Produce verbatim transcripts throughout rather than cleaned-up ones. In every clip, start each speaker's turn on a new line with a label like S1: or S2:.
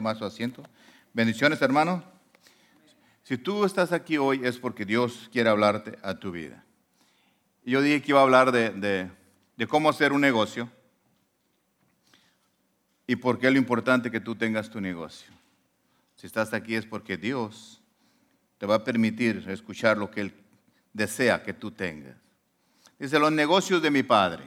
S1: tomar su asiento. Bendiciones, hermano. Si tú estás aquí hoy es porque Dios quiere hablarte a tu vida. Yo dije que iba a hablar de, de, de cómo hacer un negocio y por qué es lo importante que tú tengas tu negocio. Si estás aquí es porque Dios te va a permitir escuchar lo que Él desea que tú tengas. Dice, los negocios de mi Padre.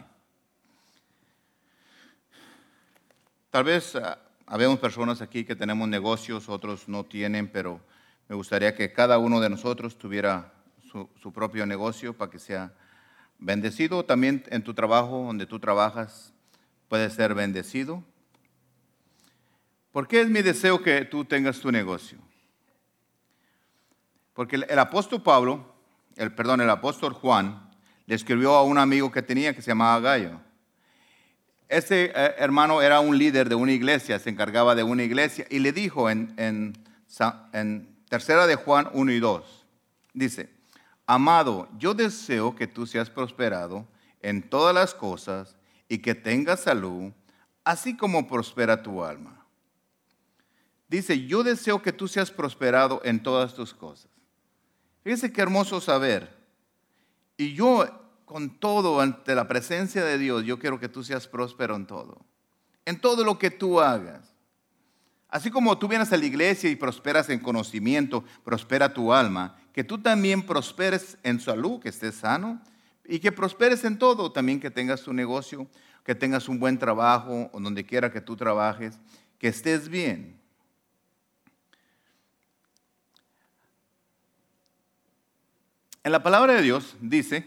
S1: Tal vez uh, habemos personas aquí que tenemos negocios, otros no tienen, pero me gustaría que cada uno de nosotros tuviera su, su propio negocio para que sea bendecido. También en tu trabajo, donde tú trabajas, puede ser bendecido. ¿Por qué es mi deseo que tú tengas tu negocio? Porque el, el apóstol Pablo, el, perdón, el apóstol Juan, le escribió a un amigo que tenía que se llamaba Gallo. Ese eh, hermano era un líder de una iglesia, se encargaba de una iglesia, y le dijo en, en, en tercera de Juan uno y dos, dice, amado, yo deseo que tú seas prosperado en todas las cosas y que tengas salud, así como prospera tu alma. Dice, yo deseo que tú seas prosperado en todas tus cosas. Fíjese qué hermoso saber. Y yo, con todo, ante la presencia de Dios, yo quiero que tú seas próspero en todo. En todo lo que tú hagas. Así como tú vienes a la iglesia y prosperas en conocimiento, prospera tu alma, que tú también prosperes en salud, que estés sano, y que prosperes en todo, también que tengas tu negocio, que tengas un buen trabajo, o donde quiera que tú trabajes, que estés bien. En la palabra de Dios dice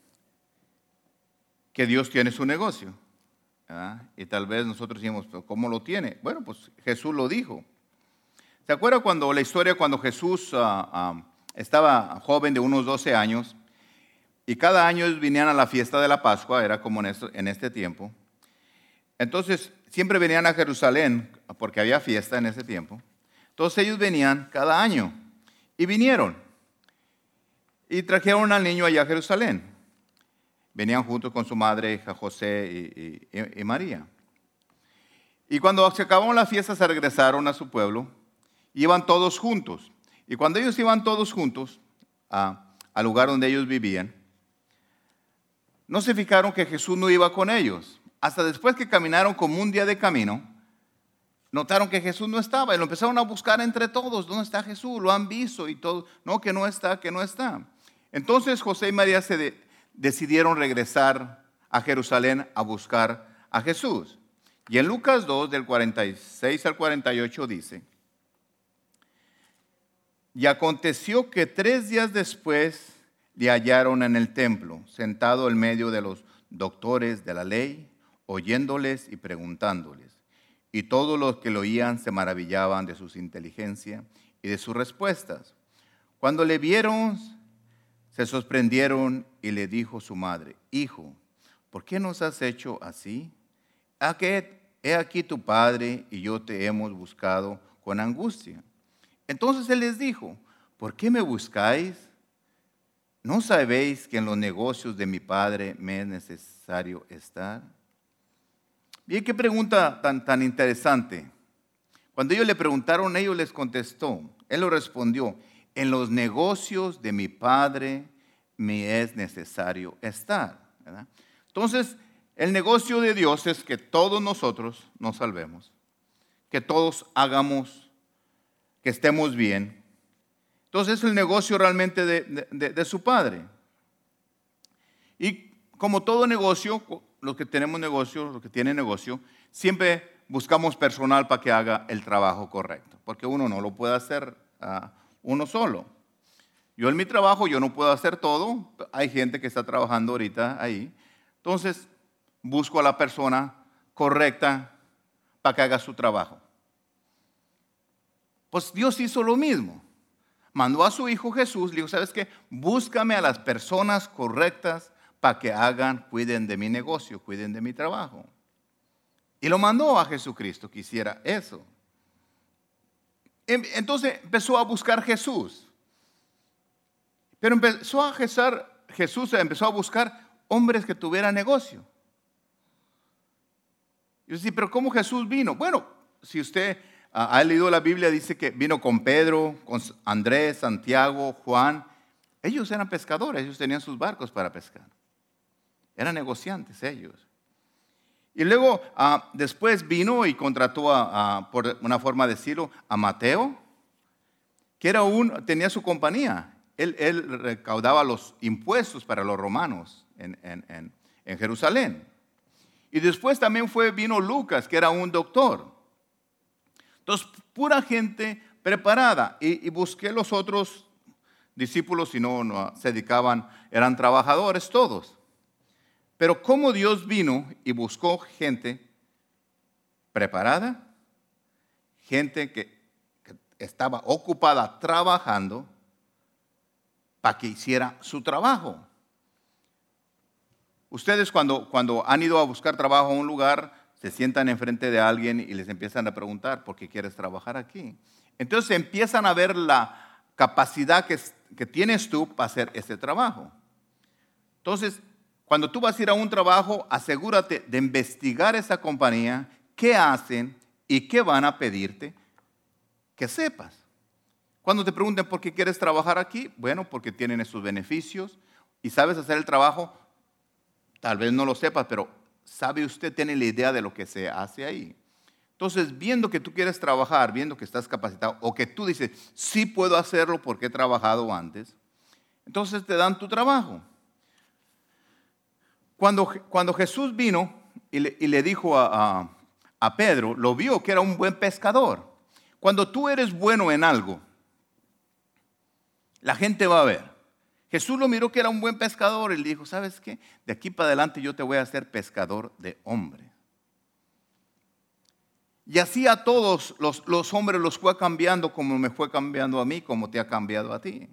S1: que Dios tiene su negocio. ¿verdad? Y tal vez nosotros decimos, ¿cómo lo tiene? Bueno, pues Jesús lo dijo. ¿Se acuerda cuando la historia cuando Jesús uh, uh, estaba joven de unos doce años y cada año ellos venían a la fiesta de la Pascua, era como en, esto, en este tiempo? Entonces siempre venían a Jerusalén porque había fiesta en ese tiempo. Entonces ellos venían cada año y vinieron. Y trajeron al niño allá a Jerusalén. Venían juntos con su madre, José y, y, y María. Y cuando se acabó la fiesta, se regresaron a su pueblo. Iban todos juntos. Y cuando ellos iban todos juntos a, al lugar donde ellos vivían, no se fijaron que Jesús no iba con ellos. Hasta después que caminaron como un día de camino, notaron que Jesús no estaba. Y lo empezaron a buscar entre todos. ¿Dónde está Jesús? Lo han visto y todo. No, que no está, que no está. Entonces José y María se de, decidieron regresar a Jerusalén a buscar a Jesús. Y en Lucas dos, del cuarenta y seis al cuarenta y ocho dice, y aconteció que tres días después le hallaron en el templo, sentado en medio de los doctores de la ley, oyéndoles y preguntándoles. Y todos los que lo oían se maravillaban de su inteligencia y de sus respuestas. Cuando le vieron, se sorprendieron y le dijo su madre, hijo, ¿por qué nos has hecho así? He aquí tu padre y yo te hemos buscado con angustia. Entonces él les dijo, ¿por qué me buscáis? ¿No sabéis que en los negocios de mi padre me es necesario estar? Bien, qué pregunta tan, tan interesante. Cuando ellos le preguntaron, ellos les contestó, él lo respondió, en los negocios de mi Padre me es necesario estar. ¿verdad? Entonces, el negocio de Dios es que todos nosotros nos salvemos, que todos hagamos, que estemos bien. Entonces, es el negocio realmente de, de, de su Padre. Y como todo negocio, los que tenemos negocio, los que tienen negocio, siempre buscamos personal para que haga el trabajo correcto, porque uno no lo puede hacer uh, uno solo. Yo en mi trabajo, yo no puedo hacer todo. Hay gente que está trabajando ahorita ahí. Entonces, busco a la persona correcta para que haga su trabajo. Pues Dios hizo lo mismo. Mandó a su Hijo Jesús, le dijo, ¿sabes qué? Búscame a las personas correctas para que hagan, cuiden de mi negocio, cuiden de mi trabajo. Y lo mandó a Jesucristo que hiciera eso. Entonces empezó a buscar Jesús. Pero empezó a Jesús, Jesús empezó a buscar hombres que tuvieran negocio. Yo decía, pero ¿cómo Jesús vino? Bueno, si usted ¿Ha leído la Biblia? Dice que vino con Pedro, con Andrés, Santiago, Juan. Ellos eran pescadores, ellos tenían sus barcos para pescar. Eran negociantes ellos. Y luego, uh, después vino y contrató, a, a, por una forma de decirlo, a Mateo, que era un, tenía su compañía. Él, él recaudaba los impuestos para los romanos en, en, en, en Jerusalén. Y después también fue, vino Lucas, que era un doctor. Entonces, pura gente preparada. Y, y busqué los otros discípulos y no, no se dedicaban, eran trabajadores todos. Pero cómo Dios vino y buscó gente preparada, gente que, que estaba ocupada trabajando para que hiciera su trabajo. Ustedes cuando, cuando han ido a buscar trabajo a un lugar, se sientan enfrente de alguien y les empiezan a preguntar, ¿por qué quieres trabajar aquí? Entonces empiezan a ver la capacidad que, que tienes tú para hacer ese trabajo. Entonces, cuando tú vas a ir a un trabajo, asegúrate de investigar esa compañía, qué hacen y qué van a pedirte que sepas. Cuando te pregunten por qué quieres trabajar aquí, bueno, porque tienen esos beneficios y sabes hacer el trabajo, tal vez no lo sepas, pero sabe usted, tiene la idea de lo que se hace ahí. Entonces, viendo que tú quieres trabajar, viendo que estás capacitado o que tú dices, sí puedo hacerlo porque he trabajado antes, entonces te dan tu trabajo. Cuando, cuando Jesús vino y le, y le dijo a, a, a Pedro, lo vio que era un buen pescador. Cuando tú eres bueno en algo, la gente va a ver. Jesús lo miró que era un buen pescador y le dijo, ¿sabes qué? De aquí para adelante yo te voy a hacer pescador de hombres. Y así a todos los, los hombres los fue cambiando como me fue cambiando a mí, como te ha cambiado a ti.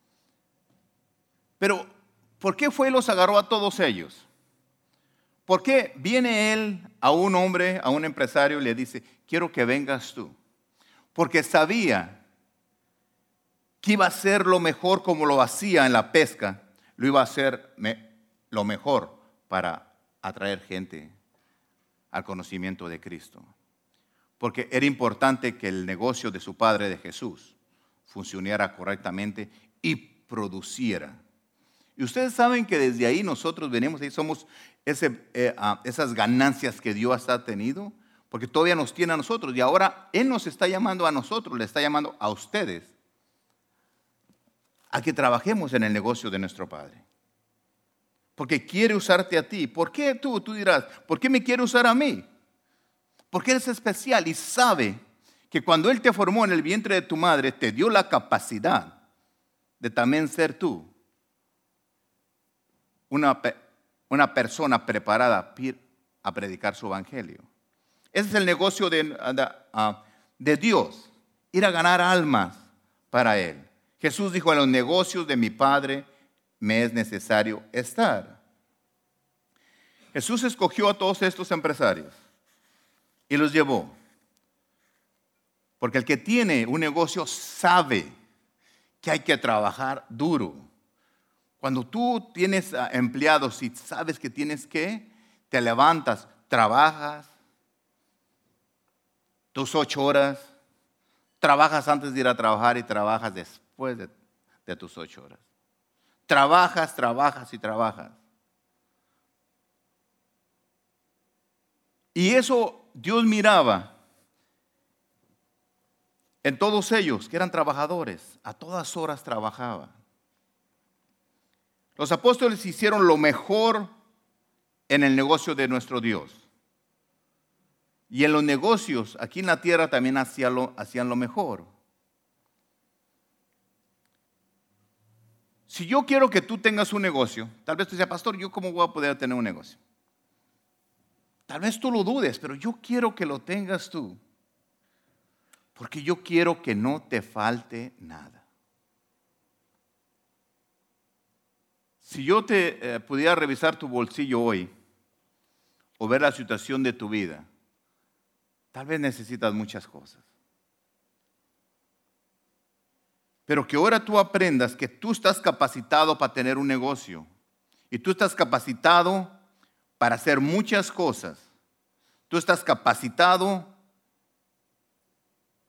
S1: Pero, ¿por qué fue y los agarró a todos ellos? ¿Por qué viene él a un hombre, a un empresario y le dice, quiero que vengas tú? Porque sabía que iba a hacer lo mejor como lo hacía en la pesca, lo iba a hacer me, lo mejor para atraer gente al conocimiento de Cristo. Porque era importante que el negocio de su padre, de Jesús, funcionara correctamente y produciera. Y ustedes saben que desde ahí nosotros venimos, ahí somos ese, eh, uh, esas ganancias que Dios ha tenido, porque todavía nos tiene a nosotros. Y ahora Él nos está llamando a nosotros, le está llamando a ustedes, a que trabajemos en el negocio de nuestro Padre. Porque quiere usarte a ti. ¿Por qué tú? Tú dirás, ¿por qué me quiere usar a mí? Porque eres especial y sabe que cuando Él te formó en el vientre de tu madre, te dio la capacidad de también ser tú una, una persona preparada a predicar su evangelio. Ese es el negocio de, de, de Dios, ir a ganar almas para Él. Jesús dijo, en los negocios de mi Padre me es necesario estar. Jesús escogió a todos estos empresarios y los llevó. Porque el que tiene un negocio sabe que hay que trabajar duro. Cuando tú tienes empleados y sabes que tienes que, te levantas, trabajas tus ocho horas, trabajas antes de ir a trabajar y trabajas después de, de tus ocho horas. Trabajas, trabajas y trabajas. Y eso Dios miraba en todos ellos, que eran trabajadores, a todas horas trabajaban. Los apóstoles hicieron lo mejor en el negocio de nuestro Dios. Y en los negocios, aquí en la tierra también hacían lo, hacían lo mejor. Si yo quiero que tú tengas un negocio, tal vez tú digas, pastor, ¿yo cómo voy a poder tener un negocio? Tal vez tú lo dudes, pero yo quiero que lo tengas tú. Porque yo quiero que no te falte nada. Si yo te eh, pudiera revisar tu bolsillo hoy o ver la situación de tu vida, tal vez necesitas muchas cosas. Pero que ahora tú aprendas que tú estás capacitado para tener un negocio y tú estás capacitado para hacer muchas cosas. Tú estás capacitado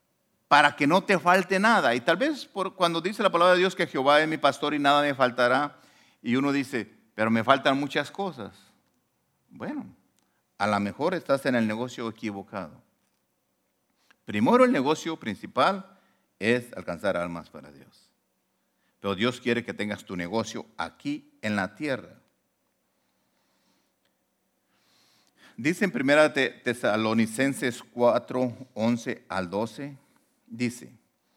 S1: para que no te falte nada. Y tal vez por, cuando dice la palabra de Dios que Jehová es mi pastor y nada me faltará, y uno dice, pero me faltan muchas cosas. Bueno, a lo mejor estás en el negocio equivocado. Primero el negocio principal es alcanzar almas para Dios. Pero Dios quiere que tengas tu negocio aquí en la tierra. Dice en primera Tesalonicenses cuatro, once al doce, dice,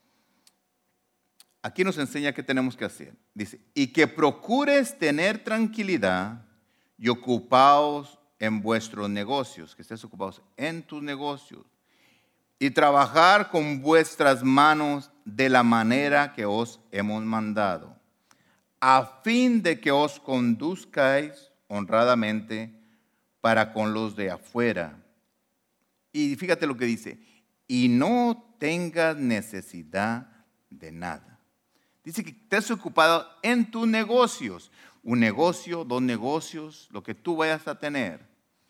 S1: aquí nos enseña qué tenemos que hacer. Dice, y que procures tener tranquilidad y ocupaos en vuestros negocios, que estés ocupados en tus negocios, y trabajar con vuestras manos de la manera que os hemos mandado, a fin de que os conduzcáis honradamente para con los de afuera. Y fíjate lo que dice, y no tengas necesidad de nada. Dice que estés ocupado en tus negocios, un negocio, dos negocios, lo que tú vayas a tener.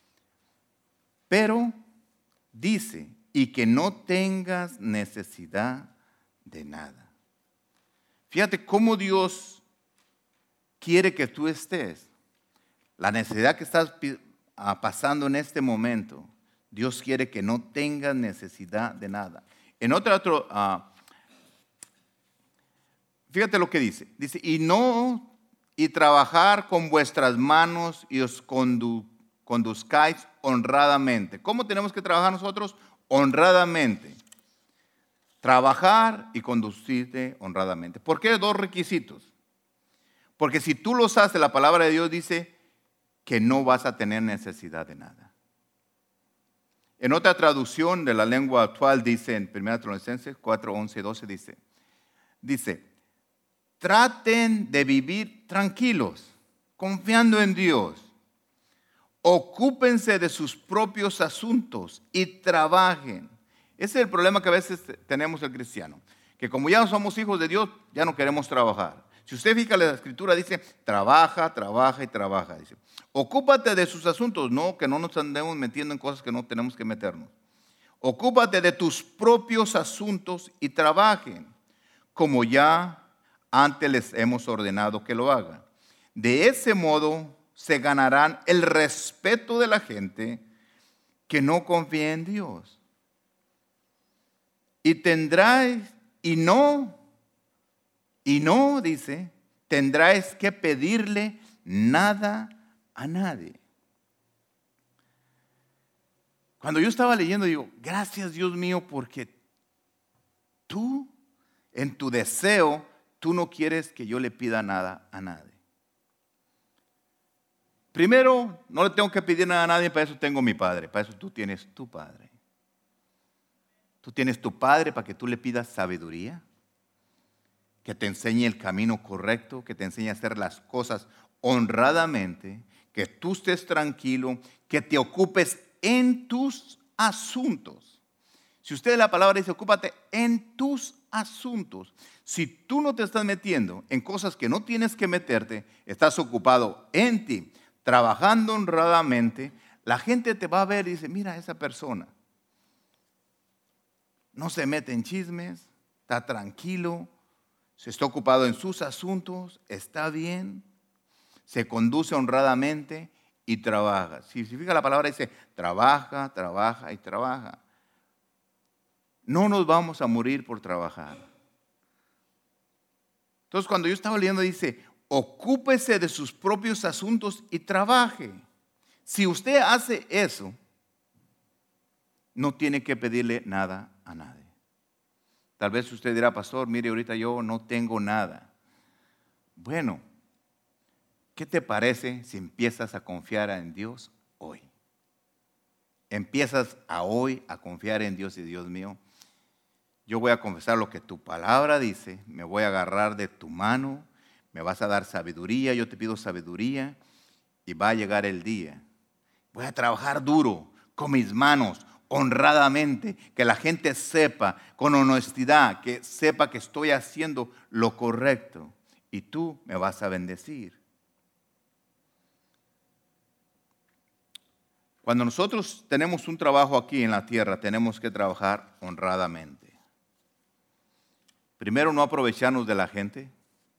S1: Pero dice, y que no tengas necesidad de nada. Fíjate cómo Dios quiere que tú estés. La necesidad que estás pasando en este momento, Dios quiere que no tengas necesidad de nada. En otro, otro uh, fíjate lo que dice. Dice, y no, y trabajar con vuestras manos y os condu, conduzcáis honradamente. ¿Cómo tenemos que trabajar nosotros? Honradamente. Trabajar y conducirte honradamente. ¿Por qué dos requisitos? Porque si tú los haces, la palabra de Dios dice que no vas a tener necesidad de nada. En otra traducción de la lengua actual dice, en primera Tesalonicenses cuatro, once y doce, dice, dice, traten de vivir tranquilos, confiando en Dios. Ocúpense de sus propios asuntos y trabajen. Ese es el problema que a veces tenemos el cristiano, que como ya no somos hijos de Dios, ya no queremos trabajar. Si usted fija la escritura, dice, trabaja, trabaja y trabaja. Dice, ocúpate de sus asuntos, no, que no nos andemos metiendo en cosas que no tenemos que meternos. Ocúpate de tus propios asuntos y trabajen, como ya antes les hemos ordenado que lo hagan. De ese modo se ganarán el respeto de la gente que no confía en Dios. Y tendráis, y no, y no, dice, tendráis que pedirle nada a nadie. Cuando yo estaba leyendo, digo, gracias Dios mío, porque tú, en tu deseo, tú no quieres que yo le pida nada a nadie. Primero, no le tengo que pedir nada a nadie, para eso tengo mi padre, para eso tú tienes tu padre. Tú tienes tu padre para que tú le pidas sabiduría, que te enseñe el camino correcto, que te enseñe a hacer las cosas honradamente, que tú estés tranquilo, que te ocupes en tus asuntos. Si usted la palabra dice, ocúpate en tus asuntos. Si tú no te estás metiendo en cosas que no tienes que meterte, estás ocupado en ti, trabajando honradamente, la gente te va a ver y dice, mira, esa persona no se mete en chismes, está tranquilo, se está ocupado en sus asuntos, está bien, se conduce honradamente y trabaja. Si se fija la palabra dice, trabaja, trabaja y trabaja. No nos vamos a morir por trabajar. Entonces cuando yo estaba leyendo dice, ocúpese de sus propios asuntos y trabaje. Si usted hace eso, no tiene que pedirle nada a nadie. Tal vez usted dirá, pastor, mire, ahorita yo no tengo nada. Bueno, ¿qué te parece si empiezas a confiar en Dios hoy? Empiezas a hoy a confiar en Dios y Dios mío, yo voy a confesar lo que tu palabra dice, me voy a agarrar de tu mano, me vas a dar sabiduría, yo te pido sabiduría y va a llegar el día. Voy a trabajar duro con mis manos, honradamente, que la gente sepa, con honestidad, que sepa que estoy haciendo lo correcto y tú me vas a bendecir. Cuando nosotros tenemos un trabajo aquí en la tierra, tenemos que trabajar honradamente. Primero, no aprovecharnos de la gente,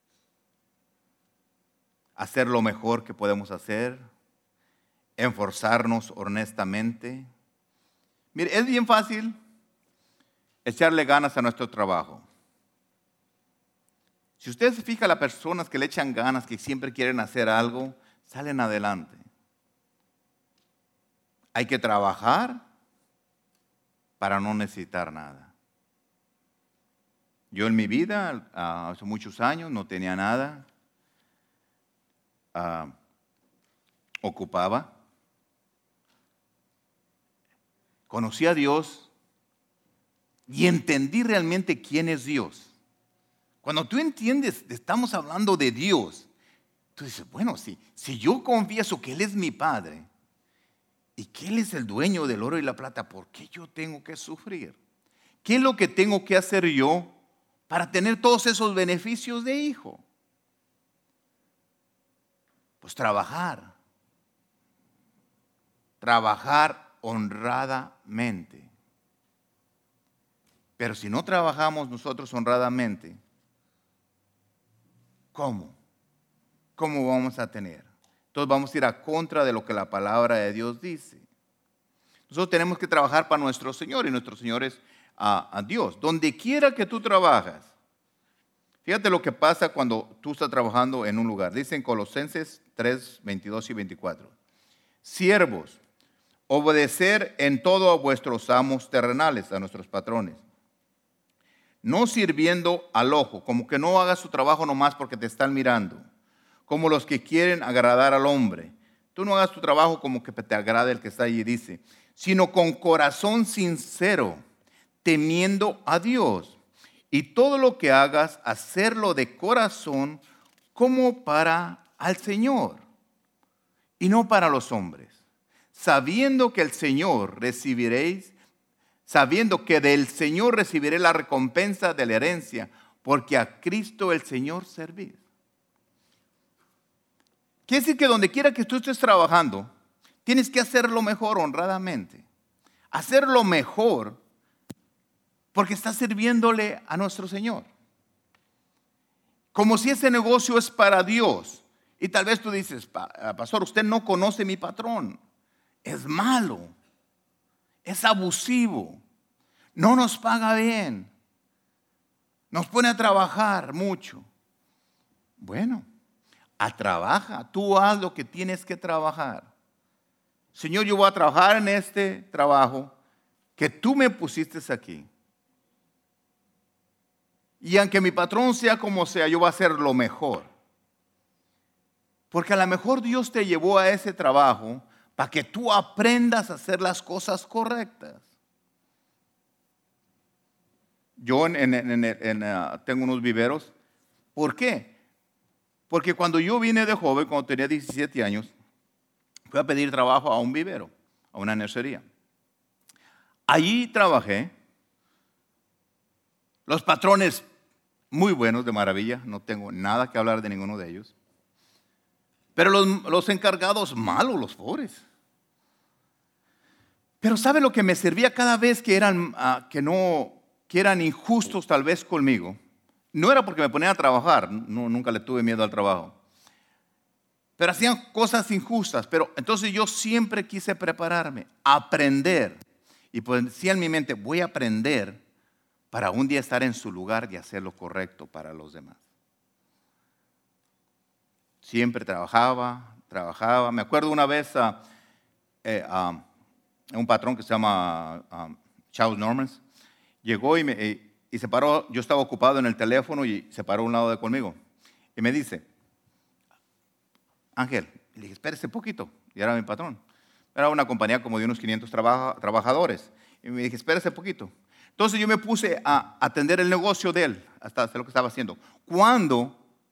S1: hacer lo mejor que podemos hacer, esforzarnos honestamente. Mire, es bien fácil echarle ganas a nuestro trabajo. Si usted se fija, las personas que le echan ganas, que siempre quieren hacer algo, salen adelante. Hay que trabajar para no necesitar nada. Yo en mi vida, uh, hace muchos años, no tenía nada. Uh, ocupaba. Conocí a Dios y entendí realmente quién es Dios. Cuando tú entiendes, estamos hablando de Dios, tú dices, bueno, si, si yo confieso que Él es mi Padre y que Él es el dueño del oro y la plata, ¿por qué yo tengo que sufrir? ¿Qué es lo que tengo que hacer yo para tener todos esos beneficios de hijo? Pues trabajar. Trabajar honradamente. Pero si no trabajamos nosotros honradamente, ¿cómo? ¿Cómo vamos a tener? Entonces vamos a ir a contra de lo que la palabra de Dios dice. Nosotros tenemos que trabajar para nuestro Señor y nuestro Señor es a, a Dios. Donde quiera que tú trabajas, fíjate lo que pasa cuando tú estás trabajando en un lugar. Dice en Colosenses tres, veintidós y veinticuatro. Siervos, obedecer en todo a vuestros amos terrenales, a nuestros patrones. No sirviendo al ojo, como que no hagas tu trabajo nomás porque te están mirando, como los que quieren agradar al hombre. Tú no hagas tu trabajo como que te agrade el que está allí, dice, sino con corazón sincero, temiendo a Dios. Y todo lo que hagas, hacerlo de corazón como para al Señor y no para los hombres, sabiendo que el Señor recibiréis, sabiendo que del Señor recibiré la recompensa de la herencia, porque a Cristo el Señor servís. Quiere decir que donde quiera que tú estés trabajando, tienes que hacerlo mejor honradamente. Hacerlo mejor porque estás sirviéndole a nuestro Señor. Como si ese negocio es para Dios. Y tal vez tú dices, pastor, usted no conoce mi patrón. Es malo. Es abusivo. No nos paga bien. Nos pone a trabajar mucho. Bueno, a trabaja. Tú haz lo que tienes que trabajar. Señor, yo voy a trabajar en este trabajo que tú me pusiste aquí. Y aunque mi patrón sea como sea, yo voy a hacer lo mejor. Porque a lo mejor Dios te llevó a ese trabajo para que tú aprendas a hacer las cosas correctas. Yo en, en, en, en, uh, tengo unos viveros. ¿Por qué? Porque cuando yo vine de joven, cuando tenía diecisiete años, fui a pedir trabajo a un vivero, a una nursería. Allí trabajé. Los patrones muy buenos, de maravilla, no tengo nada que hablar de ninguno de ellos. Pero los, los encargados malos, los pobres. Pero ¿sabe lo que me servía cada vez que eran, uh, que no, que eran injustos tal vez conmigo? No era porque me ponían a trabajar, no, nunca le tuve miedo al trabajo. Pero hacían cosas injustas. Pero entonces yo siempre quise prepararme, aprender. Y pues decía en mi mente, voy a aprender para un día estar en su lugar y hacer lo correcto para los demás. Siempre trabajaba, trabajaba. Me acuerdo una vez uh, eh, uh, un patrón que se llama uh, Charles Normans, llegó y, me, y, y se paró. Yo estaba ocupado en el teléfono y se paró a un lado de conmigo. Y me dice, Ángel, le dije, espérese poquito. Y era mi patrón. Era una compañía como de unos quinientos trabaja, trabajadores. Y me dije, espérese poquito. Entonces yo me puse a atender el negocio de él, hasta hacer lo que estaba haciendo. Cuando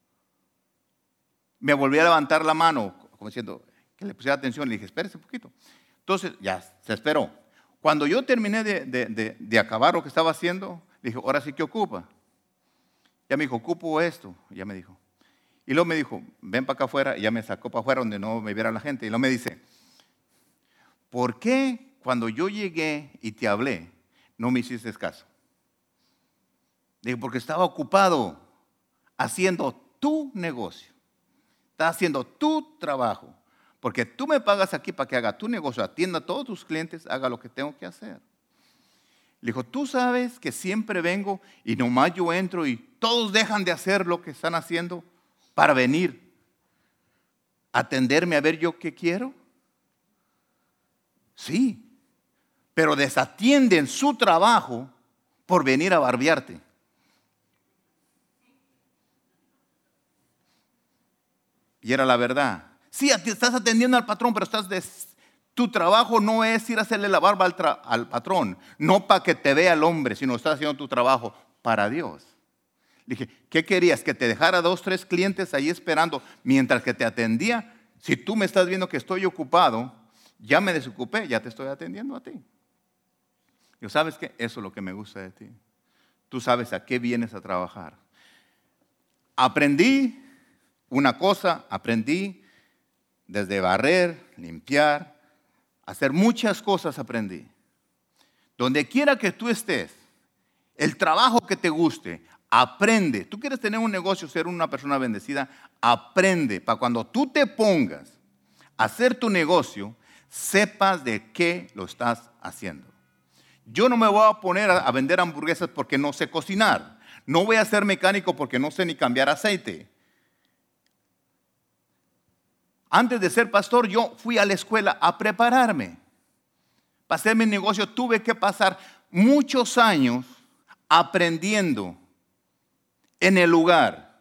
S1: me volví a levantar la mano, como diciendo que le pusiera atención, le dije, espérese un poquito. Entonces ya se esperó. Cuando yo terminé de, de, de, de acabar lo que estaba haciendo, le dije, ahora sí que ocupa. Ya me dijo, ocupo esto. Y ya me dijo. Y luego me dijo, ven para acá afuera. Y ya me sacó para afuera donde no me viera la gente. Y luego me dice, ¿por qué cuando yo llegué y te hablé, no me hiciste caso? Le dije, porque estaba ocupado haciendo tu negocio. Estás haciendo tu trabajo. Porque tú me pagas aquí para que haga tu negocio, atienda a todos tus clientes, haga lo que tengo que hacer. Le dijo, tú sabes que siempre vengo y nomás yo entro y todos dejan de hacer lo que están haciendo para venir a atenderme a ver yo qué quiero. Sí, pero desatienden su trabajo por venir a barbearte. Y era la verdad. Sí, estás atendiendo al patrón, pero estás des... tu trabajo no es ir a hacerle la barba al, tra... al patrón, no para que te vea el hombre, sino estás haciendo tu trabajo para Dios. Le dije, ¿qué querías? ¿Que te dejara dos, tres clientes ahí esperando mientras que te atendía? Si tú me estás viendo que estoy ocupado, ya me desocupé, ya te estoy atendiendo a ti. Yo, ¿sabes qué? Eso es lo que me gusta de ti. Tú sabes a qué vienes a trabajar. Aprendí una cosa, aprendí desde barrer, limpiar, hacer muchas cosas aprendí. Donde quiera que tú estés, el trabajo que te guste, aprende. Tú quieres tener un negocio, ser una persona bendecida, aprende. Para cuando tú te pongas a hacer tu negocio, sepas de qué lo estás haciendo. Yo no me voy a poner a vender hamburguesas porque no sé cocinar. No voy a ser mecánico porque no sé ni cambiar aceite. Antes de ser pastor, yo fui a la escuela a prepararme. Para hacer mi negocio tuve que pasar muchos años aprendiendo en el lugar.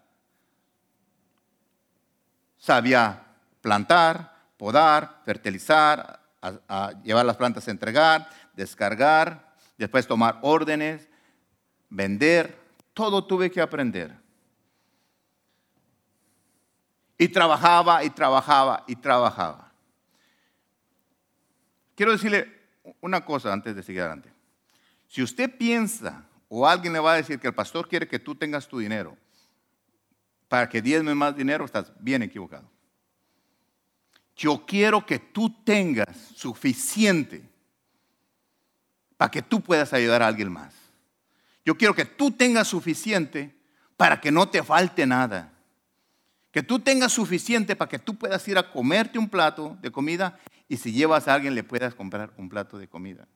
S1: Sabía plantar, podar, fertilizar, a, a llevar las plantas a entregar, descargar, después tomar órdenes, vender. Todo tuve que aprender. Y trabajaba, y trabajaba, y trabajaba. Quiero decirle una cosa antes de seguir adelante. Si usted piensa, o alguien le va a decir que el pastor quiere que tú tengas tu dinero para que diezme más dinero, estás bien equivocado. Yo quiero que tú tengas suficiente para que tú puedas ayudar a alguien más. Yo quiero que tú tengas suficiente para que no te falte nada. Que tú tengas suficiente para que tú puedas ir a comerte un plato de comida y si llevas a alguien le puedas comprar un plato de comida.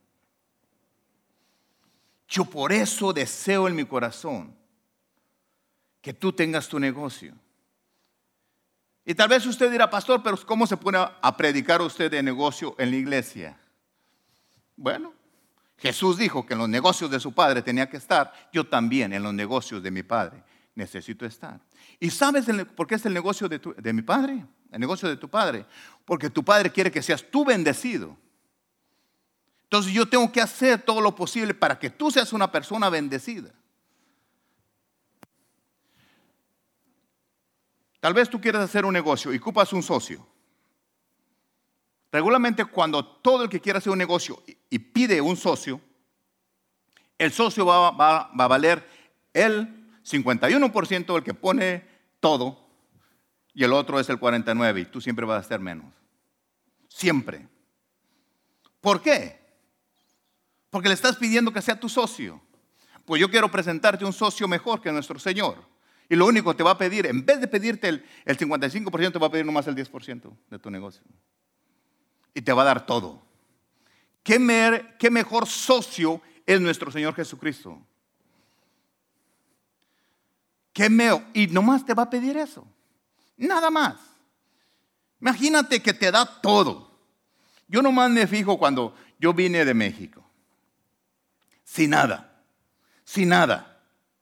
S1: Yo por eso deseo en mi corazón que tú tengas tu negocio. Y tal vez usted dirá, pastor, pero ¿cómo se pone a predicar usted de negocio en la iglesia? Bueno, Jesús dijo que en los negocios de su Padre tenía que estar. Yo también en los negocios de mi Padre necesito estar. ¿Y sabes por qué es el negocio de, tu, de mi Padre? El negocio de tu Padre. Porque tu Padre quiere que seas tú bendecido. Entonces yo tengo que hacer todo lo posible para que tú seas una persona bendecida. Tal vez tú quieras hacer un negocio y ocupas un socio. Regularmente cuando todo el que quiera hacer un negocio y pide un socio, el socio va, va, va a valer el cincuenta y uno por ciento el que pone todo y el otro es el cuarenta y nueve por ciento y tú siempre vas a hacer menos. Siempre. ¿Por qué? Porque le estás pidiendo que sea tu socio. Pues yo quiero presentarte un socio mejor que nuestro Señor. Y lo único que te va a pedir, en vez de pedirte el, el cincuenta y cinco por ciento, te va a pedir nomás el diez por ciento de tu negocio. Y te va a dar todo. ¿Qué, mer, qué mejor socio es nuestro Señor Jesucristo? ¿Qué me, y nomás te va a pedir eso. Nada más. Imagínate que te da todo. Yo nomás me fijo cuando yo vine de México. Sin nada. Sin nada.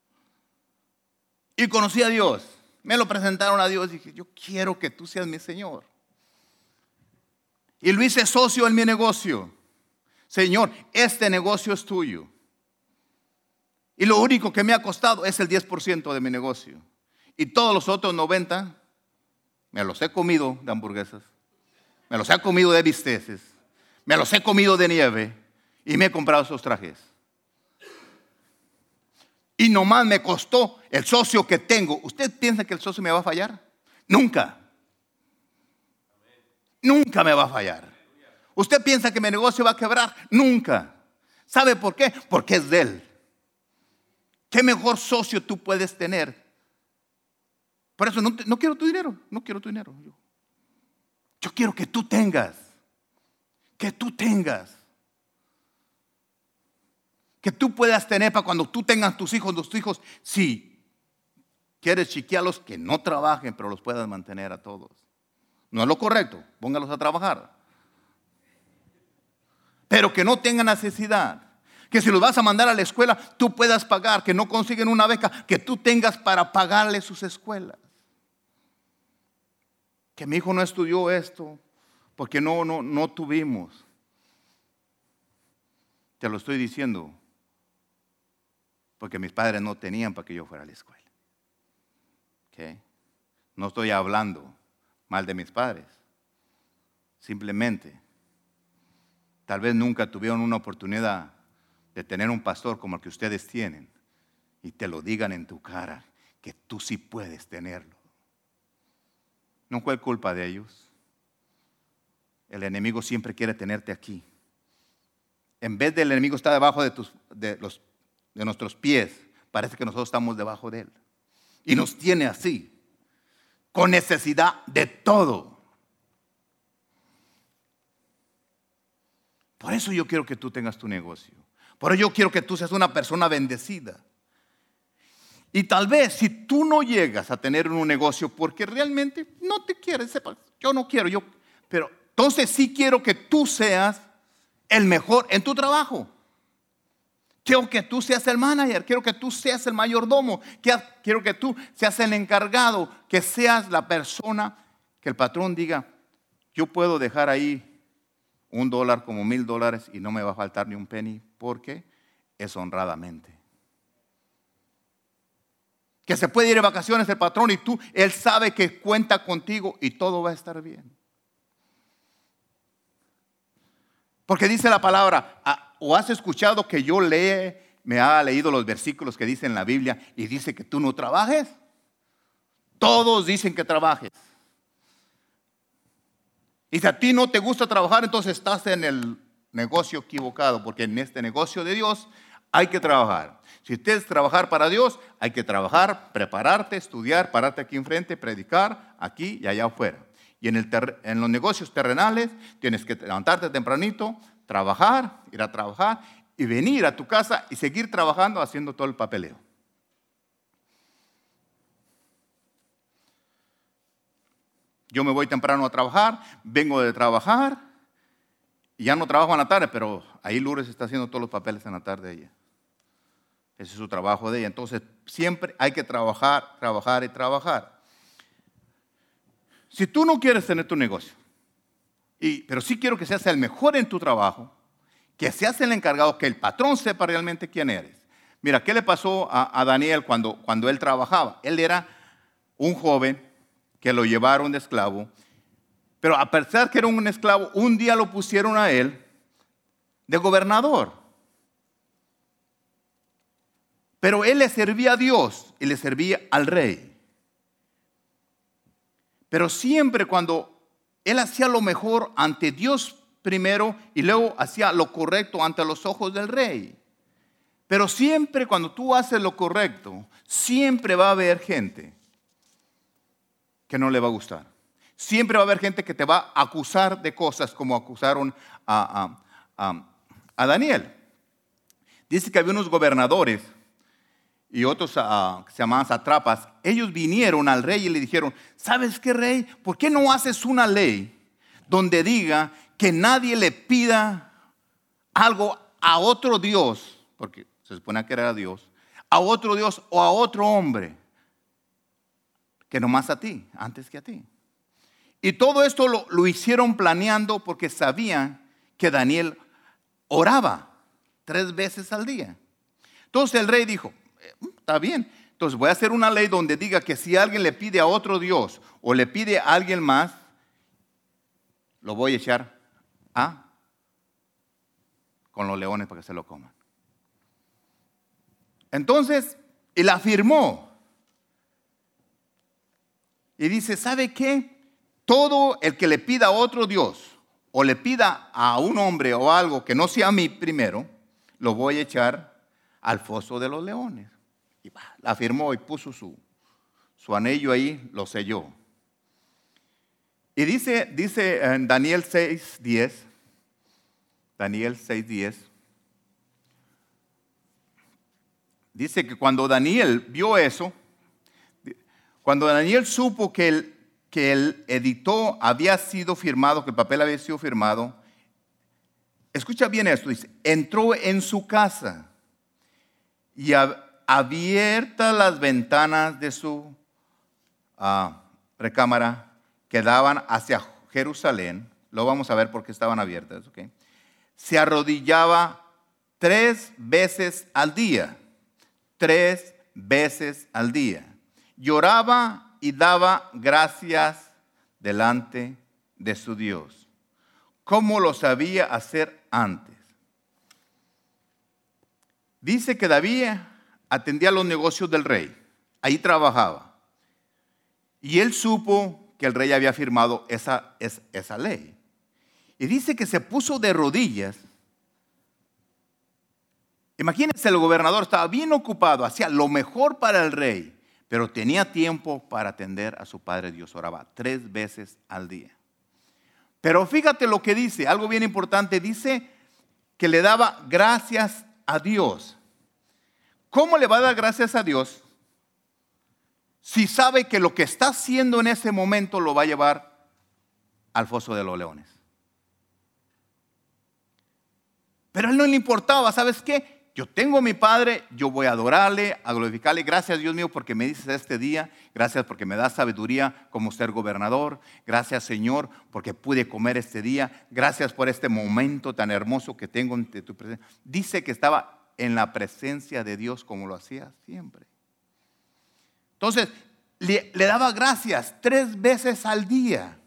S1: Y conocí a Dios. Me lo presentaron a Dios y dije, yo quiero que tú seas mi Señor. Y lo hice socio en mi negocio. Señor, este negocio es tuyo. Y lo único que me ha costado es el diez por ciento de mi negocio. Y todos los otros noventa por ciento me los he comido de hamburguesas. Me los he comido de bisteces. Me los he comido de nieve. Y me he comprado esos trajes. Y nomás me costó el socio que tengo. ¿Usted piensa que el socio me va a fallar? Nunca. Nunca me va a fallar. ¿Usted piensa que mi negocio va a quebrar? Nunca. ¿Sabe por qué? Porque es de él. ¿Qué mejor socio tú puedes tener? Por eso no, te, no quiero tu dinero, no quiero tu dinero. Yo, yo quiero que tú tengas, que tú tengas. Que tú puedas tener para cuando tú tengas tus hijos, tus hijos, si quieres chiquearlos, que no trabajen, pero los puedas mantener a todos. No es lo correcto, póngalos a trabajar. Pero que no tengan necesidad. Que si los vas a mandar a la escuela, tú puedas pagar. Que no consiguen una beca, que tú tengas para pagarle sus escuelas. Que mi hijo no estudió esto porque no, no, no tuvimos. Te lo estoy diciendo porque mis padres no tenían para que yo fuera a la escuela. ¿Okay? No estoy hablando mal de mis padres. Simplemente, tal vez nunca tuvieron una oportunidad de tener un pastor como el que ustedes tienen y te lo digan en tu cara que tú sí puedes tenerlo. No fue culpa de ellos. El enemigo siempre quiere tenerte aquí. En vez del enemigo está debajo de, tus, de, los, de nuestros pies, parece que nosotros estamos debajo de él. Y nos tiene así, con necesidad de todo. Por eso yo quiero que tú tengas tu negocio. Por eso yo quiero que tú seas una persona bendecida. Y tal vez si tú no llegas a tener un negocio porque realmente no te quieres, sepa, yo no quiero, yo, pero entonces sí quiero que tú seas el mejor en tu trabajo. Quiero que tú seas el manager, quiero que tú seas el mayordomo, quiero que tú seas el encargado, que seas la persona que el patrón diga, yo puedo dejar ahí un dólar como mil dólares y no me va a faltar ni un penny, porque es honradamente. Que se puede ir de vacaciones el patrón y tú, él sabe que cuenta contigo y todo va a estar bien. Porque dice la palabra, o has escuchado que yo lee, me ha leído los versículos que dicen en la Biblia y dice que tú no trabajes. Todos dicen que trabajes. Y si a ti no te gusta trabajar, entonces estás en el negocio equivocado, porque en este negocio de Dios hay que trabajar. Si usted es trabajar para Dios, hay que trabajar, prepararte, estudiar, pararte aquí enfrente, predicar aquí y allá afuera. Y en, el ter- en los negocios terrenales tienes que levantarte tempranito, trabajar, ir a trabajar y venir a tu casa y seguir trabajando haciendo todo el papeleo. Yo me voy temprano a trabajar, vengo de trabajar y ya no trabajo en la tarde, pero ahí Lourdes está haciendo todos los papeles en la tarde de ella. Ese es su trabajo de ella. Entonces siempre hay que trabajar, trabajar y trabajar. Si tú no quieres tener tu negocio, y, pero sí quiero que seas el mejor en tu trabajo, que seas el encargado, que el patrón sepa realmente quién eres. Mira, ¿qué le pasó a, a Daniel cuando, cuando él trabajaba? Él era un joven que lo llevaron de esclavo, pero a pesar que era un esclavo, un día lo pusieron a él de gobernador. Pero él le servía a Dios y le servía al rey. Pero siempre cuando él hacía lo mejor ante Dios primero y luego hacía lo correcto ante los ojos del rey. Pero siempre cuando tú haces lo correcto, siempre va a haber gente que no le va a gustar. Siempre va a haber gente que te va a acusar de cosas como acusaron a, a, a, a Daniel. Dice que había unos gobernadores y otros uh, que se llamaban satrapas. Ellos vinieron al rey y le dijeron, ¿sabes qué, rey? ¿Por qué no haces una ley donde diga que nadie le pida algo a otro Dios, porque se supone que era Dios, a otro Dios o a otro hombre, que nomás a ti, antes que a ti? Y todo esto lo, lo hicieron planeando porque sabían que Daniel oraba tres veces al día. Entonces el rey dijo, está bien, entonces voy a hacer una ley donde diga que si alguien le pide a otro Dios o le pide a alguien más, lo voy a echar a con los leones para que se lo coman. Entonces, él afirmó y dice, ¿sabe qué? Todo el que le pida a otro Dios o le pida a un hombre o algo que no sea a mí primero, lo voy a echar al foso de los leones. la firmó y puso su, su anillo ahí, lo selló. Y dice, dice en Daniel seis diez, Daniel seis diez, dice que cuando Daniel vio eso, cuando Daniel supo que el, que el edicto había sido firmado, que el papel había sido firmado, escucha bien esto, dice, entró en su casa y abiertas las ventanas de su uh, recámara que daban hacia Jerusalén, lo vamos a ver porque estaban abiertas, ¿ok? Se arrodillaba tres veces al día, tres veces al día. Lloraba y daba gracias delante de su Dios, como lo sabía hacer antes. Dice que David atendía los negocios del rey, ahí trabajaba. Y él supo que el rey había firmado esa, esa, esa ley. Y dice que se puso de rodillas. Imagínense, el gobernador estaba bien ocupado, hacía lo mejor para el rey, pero tenía tiempo para atender a su Padre Dios. Oraba tres veces al día. Pero fíjate lo que dice, algo bien importante. Dice que le daba gracias a Dios. ¿Cómo le va a dar gracias a Dios si sabe que lo que está haciendo en ese momento lo va a llevar al foso de los leones? Pero a él no le importaba, ¿sabes qué? Yo tengo a mi Padre, yo voy a adorarle, a glorificarle. Gracias, Dios mío, porque me dices este día. Gracias porque me das sabiduría como ser gobernador. Gracias, Señor, porque pude comer este día. Gracias por este momento tan hermoso que tengo ante tu presencia. Dice que estaba en la presencia de Dios como lo hacía siempre. Entonces, le, le daba gracias tres veces al día.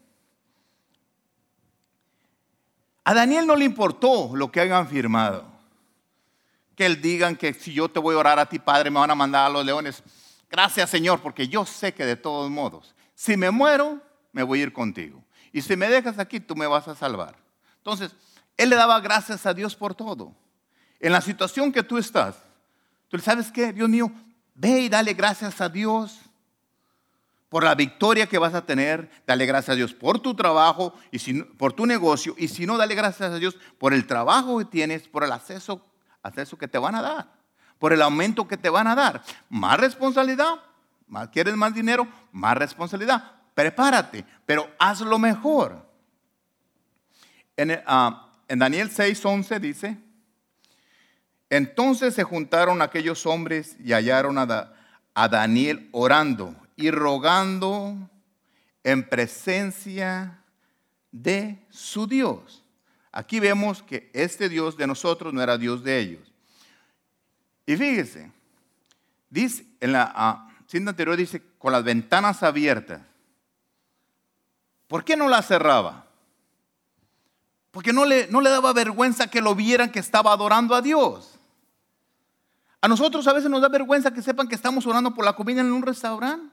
S1: A Daniel no le importó lo que hayan firmado. Que él digan que si yo te voy a orar a ti, Padre, me van a mandar a los leones. Gracias, Señor, porque yo sé que de todos modos, si me muero, me voy a ir contigo. Y si me dejas aquí, tú me vas a salvar. Entonces, él le daba gracias a Dios por todo. En la situación que tú estás, tú sabes qué, Dios mío, ve y dale gracias a Dios por la victoria que vas a tener. Dale gracias a Dios por tu trabajo y si, por tu negocio. Y si no, dale gracias a Dios por el trabajo que tienes, por el acceso, acceso que te van a dar, por el aumento que te van a dar. Más responsabilidad, más quieres más dinero, más responsabilidad. Prepárate, pero haz lo mejor. En, uh, en Daniel seis once dice: entonces se juntaron aquellos hombres y hallaron a, da, a Daniel orando y rogando en presencia de su Dios. Aquí vemos que este Dios de nosotros no era Dios de ellos. Y fíjese, dice en la uh, cinta anterior, dice con las ventanas abiertas. ¿Por qué no las cerraba? Porque no le, no le daba vergüenza que lo vieran que estaba adorando a Dios. A nosotros a veces nos da vergüenza que sepan que estamos orando por la comida en un restaurante.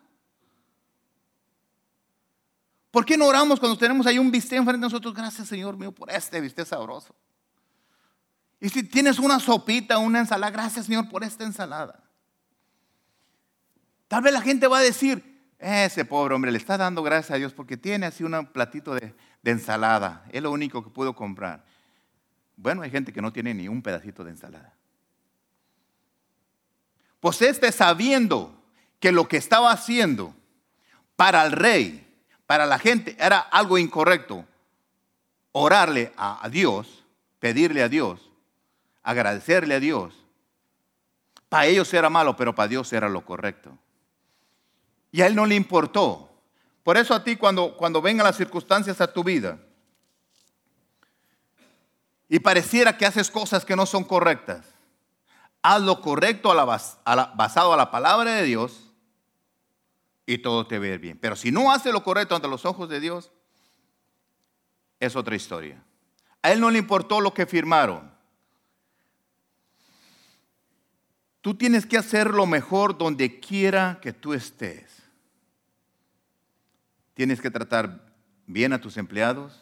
S1: ¿Por qué no oramos cuando tenemos ahí un bistec enfrente de nosotros? Gracias, Señor mío, por este bistec sabroso. Y si tienes una sopita, una ensalada, gracias, Señor, por esta ensalada. Tal vez la gente va a decir: ese pobre hombre le está dando gracias a Dios porque tiene así un platito de, de ensalada. Es lo único que pudo comprar. Bueno, hay gente que no tiene ni un pedacito de ensalada. Pues este, sabiendo que lo que estaba haciendo para el rey, para la gente, era algo incorrecto, orarle a, a Dios, pedirle a Dios, agradecerle a Dios, para ellos era malo, pero para Dios era lo correcto. Y a él no le importó. Por eso a ti, cuando, cuando vengan las circunstancias a tu vida y pareciera que haces cosas que no son correctas, haz lo correcto a la, a la, basado a la palabra de Dios y todo te va a ir bien. Pero si no haces lo correcto ante los ojos de Dios, es otra historia. A él no le importó lo que firmaron. Tú tienes que hacer lo mejor donde quiera que tú estés. Tienes que tratar bien a tus empleados,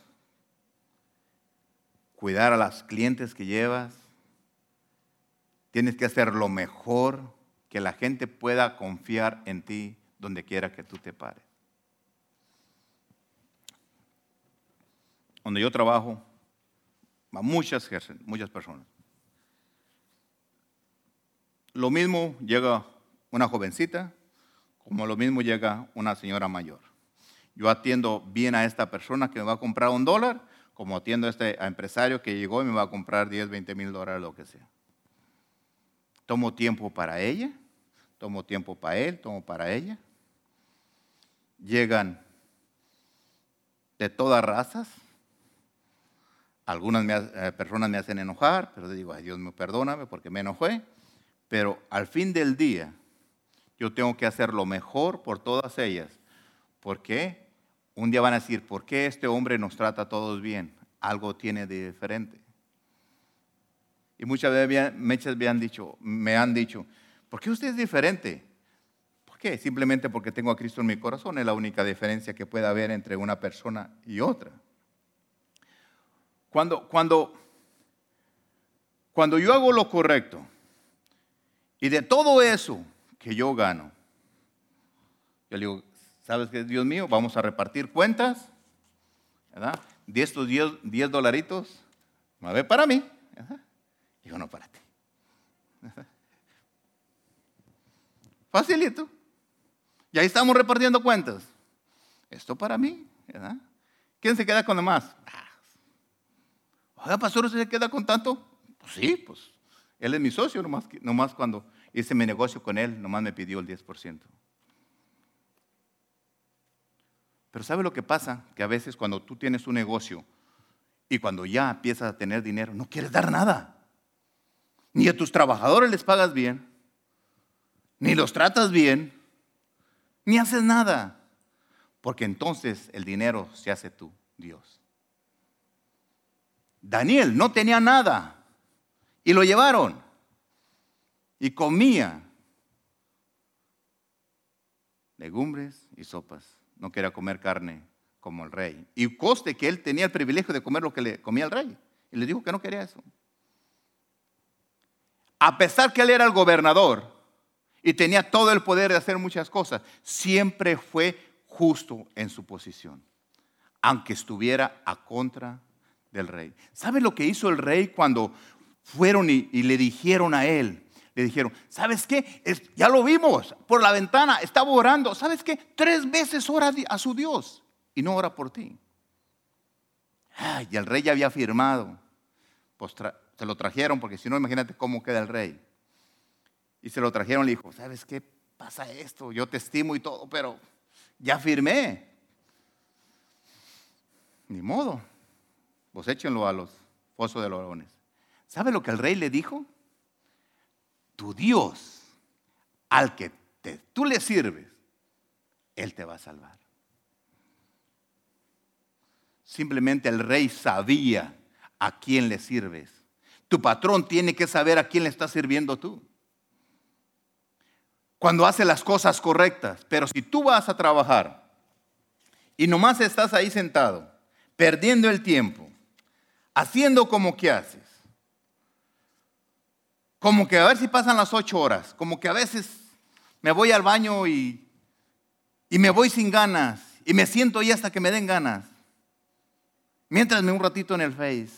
S1: cuidar a los clientes que llevas. Tienes que hacer lo mejor que la gente pueda confiar en ti donde quiera que tú te pares. Donde yo trabajo, va muchas, muchas personas. Lo mismo llega una jovencita, como lo mismo llega una señora mayor. Yo atiendo bien a esta persona que me va a comprar un dólar, como atiendo a este empresario que llegó y me va a comprar diez, veinte mil dólares, lo que sea. Tomo tiempo para ella, tomo tiempo para él, tomo para ella. Llegan de todas razas. Algunas me, eh, personas me hacen enojar, pero digo, ay Dios mío, perdóname porque me enojé. Pero al fin del día, yo tengo que hacer lo mejor por todas ellas. ¿Por qué? Un día van a decir, ¿por qué este hombre nos trata a todos bien? Algo tiene de diferente. Y muchas veces me han dicho, me han dicho, ¿por qué usted es diferente? ¿Por qué? Simplemente porque tengo a Cristo en mi corazón. Es la única diferencia que puede haber entre una persona y otra. Cuando, cuando, cuando yo hago lo correcto, y de todo eso que yo gano, yo le digo, ¿sabes qué, Dios mío? Vamos a repartir cuentas, ¿verdad? De estos diez dolaritos, a ver para mí, ¿verdad? Y yo no para ti. ¿Verdad? Facilito. Y ahí estamos repartiendo cuentas. Esto para mí, ¿verdad? ¿Quién se queda con lo más? Oiga, pastor, ¿usted se queda con tanto? Pues sí, pues él es mi socio, nomás, nomás cuando hice mi negocio con él, nomás me pidió el diez por ciento. Pero ¿sabe lo que pasa? Que a veces cuando tú tienes un negocio y cuando ya empiezas a tener dinero, no quieres dar nada. Ni a tus trabajadores les pagas bien, ni los tratas bien, ni haces nada. Porque entonces el dinero se hace tú, Dios. Daniel no tenía nada y lo llevaron y comía legumbres y sopas. No quería comer carne como el rey. Y conste que él tenía el privilegio de comer lo que le comía el rey. Y le dijo que no quería eso. A pesar que él era el gobernador y tenía todo el poder de hacer muchas cosas, siempre fue justo en su posición, aunque estuviera a contra del rey. ¿Sabe lo que hizo el rey cuando fueron y, y le dijeron a él? Le dijeron, ¿sabes qué? Es, ya lo vimos por la ventana, estaba orando. ¿Sabes qué? Tres veces ora a su Dios y no ora por ti. Ay, y el rey ya había firmado. Pues tra- se lo trajeron, porque si no, imagínate cómo queda el rey. Y se lo trajeron y le dijo, ¿sabes qué? Pasa esto, yo te estimo y todo, pero ya firmé. Ni modo. Pues échenlo a los fosos de los leones. ¿Sabe lo que el rey le dijo? Tu Dios, al que te, tú le sirves, Él te va a salvar. Simplemente el rey sabía a quién le sirves. Tu patrón tiene que saber a quién le estás sirviendo tú. Cuando hace las cosas correctas. Pero si tú vas a trabajar y nomás estás ahí sentado, perdiendo el tiempo, haciendo como que haces, como que a ver si pasan las ocho horas, como que a veces me voy al baño y, y me voy sin ganas y me siento ahí hasta que me den ganas, mientras me un ratito en el Face.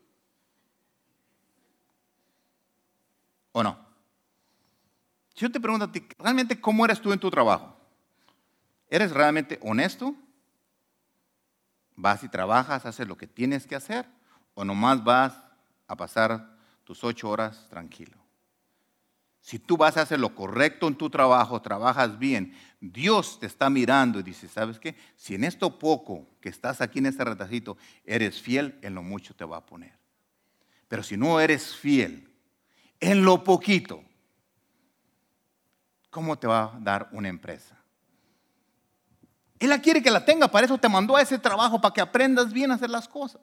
S1: ¿O no? Si yo te pregunto a ti, ¿realmente cómo eres tú en tu trabajo? ¿Eres realmente honesto? ¿Vas y trabajas, haces lo que tienes que hacer? ¿O nomás vas a pasar tus ocho horas tranquilo? Si tú vas a hacer lo correcto en tu trabajo, trabajas bien, Dios te está mirando y dice, ¿sabes qué? Si en esto poco que estás aquí en este retacito eres fiel, en lo mucho te va a poner. Pero si no eres fiel en lo poquito, ¿cómo te va a dar una empresa? Él la quiere que la tenga, para eso te mandó a ese trabajo, para que aprendas bien a hacer las cosas.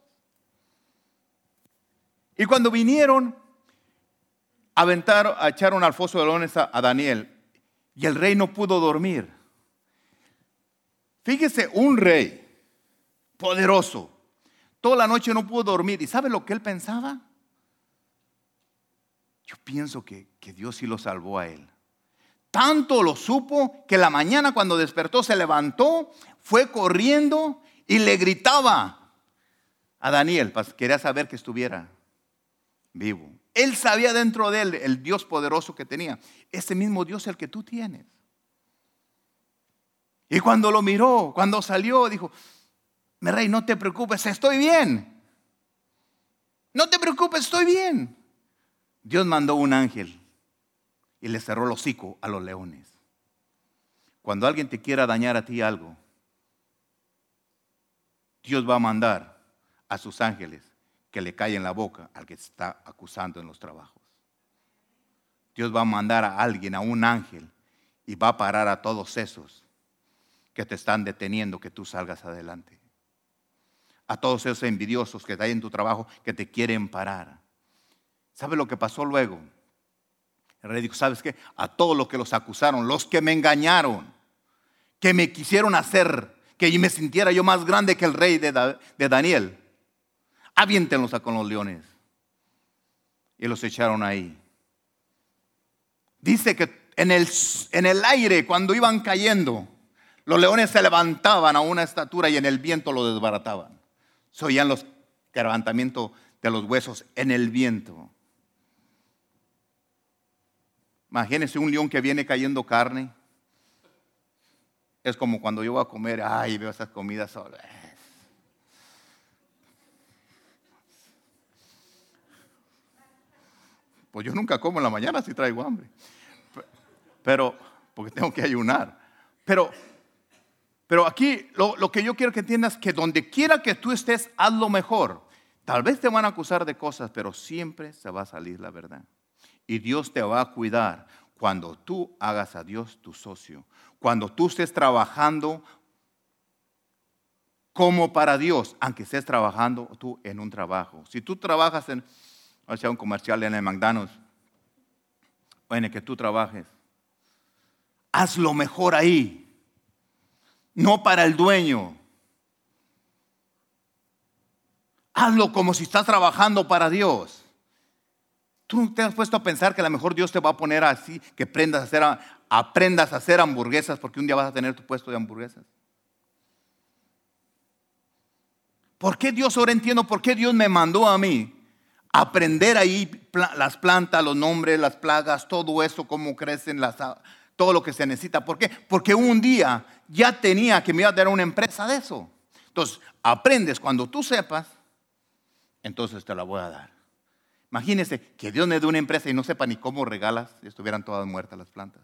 S1: Y cuando vinieron, aventaron, echaron al foso de leones a, a Daniel, y el rey no pudo dormir. Fíjese, un rey poderoso, toda la noche no pudo dormir. ¿Y sabe lo que él pensaba? Yo pienso que, que Dios sí lo salvó a él, Tanto lo supo que la mañana cuando despertó se levantó, fue corriendo y le gritaba a Daniel, pues quería saber que estuviera vivo. Él sabía dentro de él el Dios poderoso que tenía. Ese mismo Dios el que tú tienes. Y cuando lo miró, cuando salió, dijo, mi rey, no te preocupes, estoy bien. No te preocupes, estoy bien. Dios mandó un ángel y le cerró el hocico a los leones. Cuando alguien te quiera dañar a ti algo, Dios va a mandar a sus ángeles que le callen la boca al que está acusando en los trabajos. Dios va a mandar a alguien, a un ángel, y va a parar a todos esos que te están deteniendo que tú salgas adelante. A todos esos envidiosos que hay en tu trabajo que te quieren parar. ¿Sabe lo que pasó luego? El rey dijo, ¿sabes qué? A todos los que los acusaron, los que me engañaron, que me quisieron hacer que me sintiera yo más grande que el rey de, da, de Daniel, aviéntenlos con los leones. Y los echaron ahí. Dice que en el, en el aire, cuando iban cayendo, los leones se levantaban a una estatura y en el viento lo desbarataban. Se oían los quebrantamientos de los huesos en el viento. Imagínense un león que viene cayendo carne. Es como cuando yo voy a comer, ay, veo esas comidas. Pues yo nunca como en la mañana si traigo hambre. Pero, porque tengo que ayunar. Pero, pero aquí lo, lo que yo quiero que entiendas es que donde quiera que tú estés, haz lo mejor. Tal vez te van a acusar de cosas, pero siempre se va a salir la verdad. Y Dios te va a cuidar cuando tú hagas a Dios tu socio. Cuando tú estés trabajando como para Dios, aunque estés trabajando tú en un trabajo. Si tú trabajas en, o sea, un comercial en el McDonald's, o en el que tú trabajes, haz lo mejor ahí. No para el dueño. Hazlo como si estás trabajando para Dios. Tú no te has puesto a pensar que a lo mejor Dios te va a poner así, que aprendas a hacer, aprendas a hacer hamburguesas, porque un día vas a tener tu puesto de hamburguesas. ¿Por qué Dios, ahora entiendo por qué Dios me mandó a mí a aprender ahí las plantas, los nombres, las plagas, todo eso, cómo crecen, las, todo lo que se necesita? ¿Por qué? Porque un día ya tenía que me iba a dar una empresa de eso. Entonces, aprendes cuando tú sepas, entonces te la voy a dar. Imagínense que Dios me dé una empresa y no sepa ni cómo regalas y estuvieran todas muertas las plantas.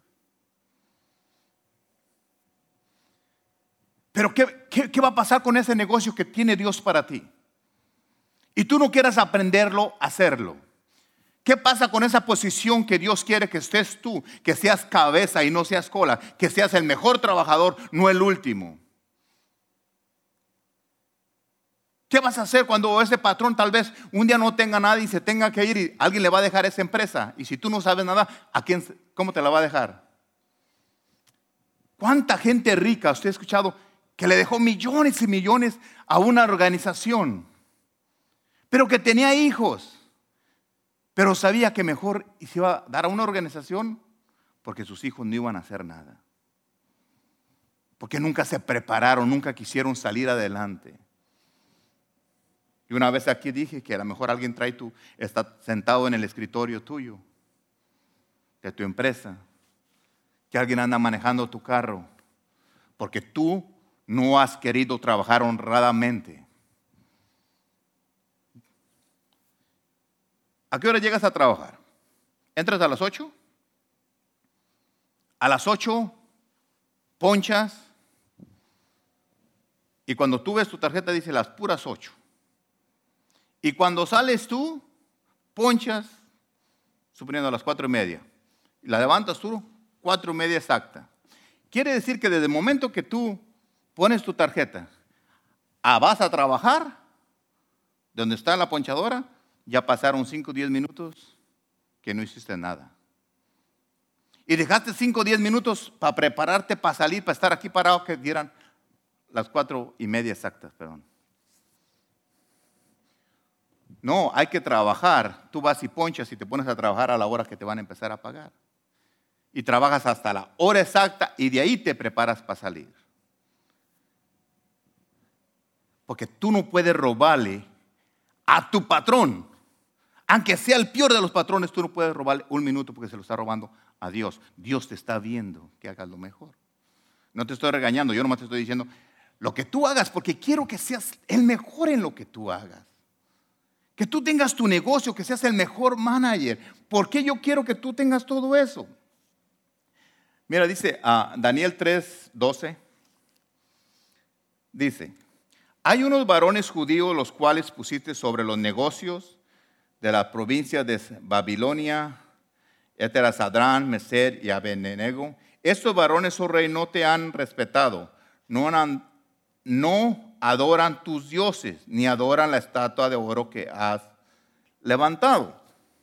S1: Pero ¿qué, qué, qué va a pasar con ese negocio que tiene Dios para ti? Y tú no quieras aprenderlo, hacerlo. ¿Qué pasa con esa posición que Dios quiere que estés tú? Que seas cabeza y no seas cola. Que seas el mejor trabajador, no el último. ¿Qué vas a hacer cuando ese patrón tal vez un día no tenga nada y se tenga que ir y alguien le va a dejar esa empresa? Y si tú no sabes nada, ¿a quién, cómo te la va a dejar? ¿Cuánta gente rica usted ha escuchado que le dejó millones y millones a una organización, pero que tenía hijos, pero sabía que mejor se iba a dar a una organización porque sus hijos no iban a hacer nada? Porque nunca se prepararon, nunca quisieron salir adelante. Y una vez aquí dije que a lo mejor alguien trae tu, está sentado en el escritorio tuyo, de tu empresa, que alguien anda manejando tu carro, porque tú no has querido trabajar honradamente. ¿A qué hora llegas a trabajar? ¿Entras a las ocho? A las ocho ponchas y cuando tú ves tu tarjeta dice las puras ocho. Y cuando sales tú, ponchas, suponiendo a las cuatro y media. Y la levantas tú, cuatro y media exacta. Quiere decir que desde el momento que tú pones tu tarjeta, a vas a trabajar, donde está la ponchadora, ya pasaron cinco o diez minutos que no hiciste nada. Y dejaste cinco o diez minutos para prepararte, para salir, para estar aquí parado, que dieran las cuatro y media exactas, perdón. No, hay que trabajar. Tú vas y ponchas y te pones a trabajar a la hora que te van a empezar a pagar. y trabajas hasta la hora exacta y de ahí te preparas para salir. Porque tú no puedes robarle a tu patrón. Aunque sea el peor de los patrones, tú no puedes robarle un minuto porque se lo está robando a Dios. Dios te está viendo que hagas lo mejor. No te estoy regañando, yo nomás te estoy diciendo lo que tú hagas porque quiero que seas el mejor en lo que tú hagas. Que tú tengas tu negocio, que seas el mejor manager. ¿Por qué yo quiero que tú tengas todo eso? Mira, dice uh, Daniel tres doce. Dice, hay unos varones judíos los cuales pusiste sobre los negocios de la provincia de Babilonia, Etersadrán, Meser y Abednego. Estos varones, oh rey, no te han respetado, no, han, no adoran tus dioses, ni adoran la estatua de oro que has levantado.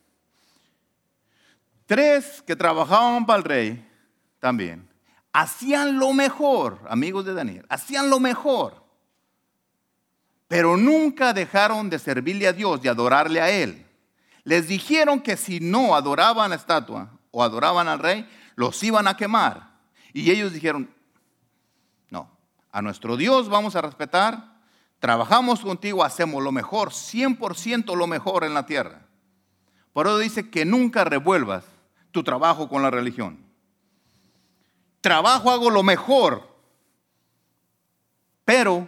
S1: Tres que trabajaban para el rey también, hacían lo mejor, amigos de Daniel, hacían lo mejor, pero nunca dejaron de servirle a Dios y adorarle a Él. Les dijeron que si no adoraban la estatua o adoraban al rey, los iban a quemar. Y ellos dijeron, no, a nuestro Dios vamos a respetar, trabajamos contigo, hacemos lo mejor, cien por ciento lo mejor en la tierra. Por eso dice que nunca revuelvas tu trabajo con la religión. Trabajo, hago lo mejor, pero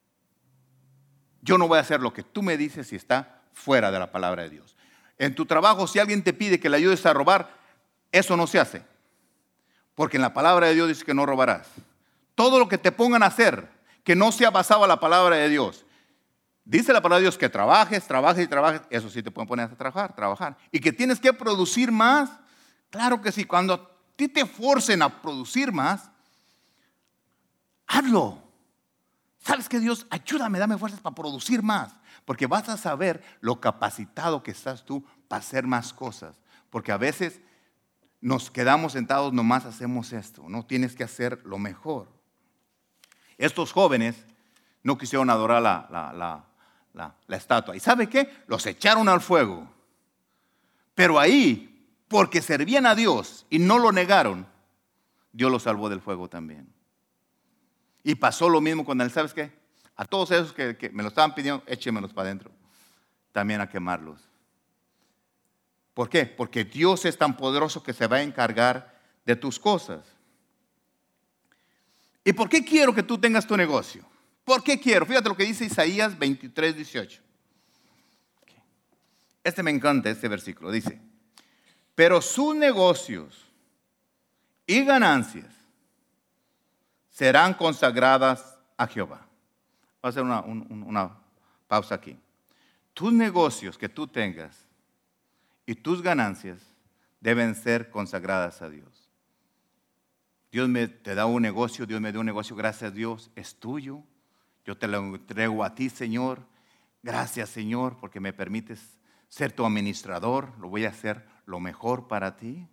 S1: yo no voy a hacer lo que tú me dices si está fuera de la palabra de Dios. En tu trabajo, si alguien te pide que le ayudes a robar, eso no se hace. Porque en la palabra de Dios dice que no robarás. Todo lo que te pongan a hacer, que no sea basado en la palabra de Dios. Dice la palabra de Dios que trabajes, trabajes y trabajes. Eso sí te pueden poner a trabajar, trabajar. Y que tienes que producir más. Claro que sí. Cuando a ti te forcen a producir más, hazlo. ¿Sabes qué, Dios? Ayúdame, dame fuerzas para producir más. Porque vas a saber lo capacitado que estás tú para hacer más cosas. Porque a veces nos quedamos sentados, nomás hacemos esto. No, tienes que hacer lo mejor. Estos jóvenes no quisieron adorar la, la, la, la, la estatua. ¿Y sabe qué? Los echaron al fuego. Pero ahí, porque servían a Dios y no lo negaron, Dios los salvó del fuego también. Y pasó lo mismo con él. ¿Sabes qué? A todos esos que, que me lo estaban pidiendo, échemelos para adentro. También a quemarlos. ¿Por qué? Porque Dios es tan poderoso que se va a encargar de tus cosas. ¿Y por qué quiero que tú tengas tu negocio? ¿Por qué quiero? Fíjate lo que dice Isaías veintitrés dieciocho. Este me encanta, este versículo. Dice, pero sus negocios y ganancias serán consagradas a Jehová. Voy a hacer una, un, una pausa aquí. Tus negocios que tú tengas y tus ganancias deben ser consagradas a Dios. Dios me, te da un negocio, Dios me dio un negocio, gracias a Dios, es tuyo. Yo te lo entrego a ti, Señor. Gracias, Señor, porque me permites ser tu administrador. Lo voy a hacer lo mejor para ti.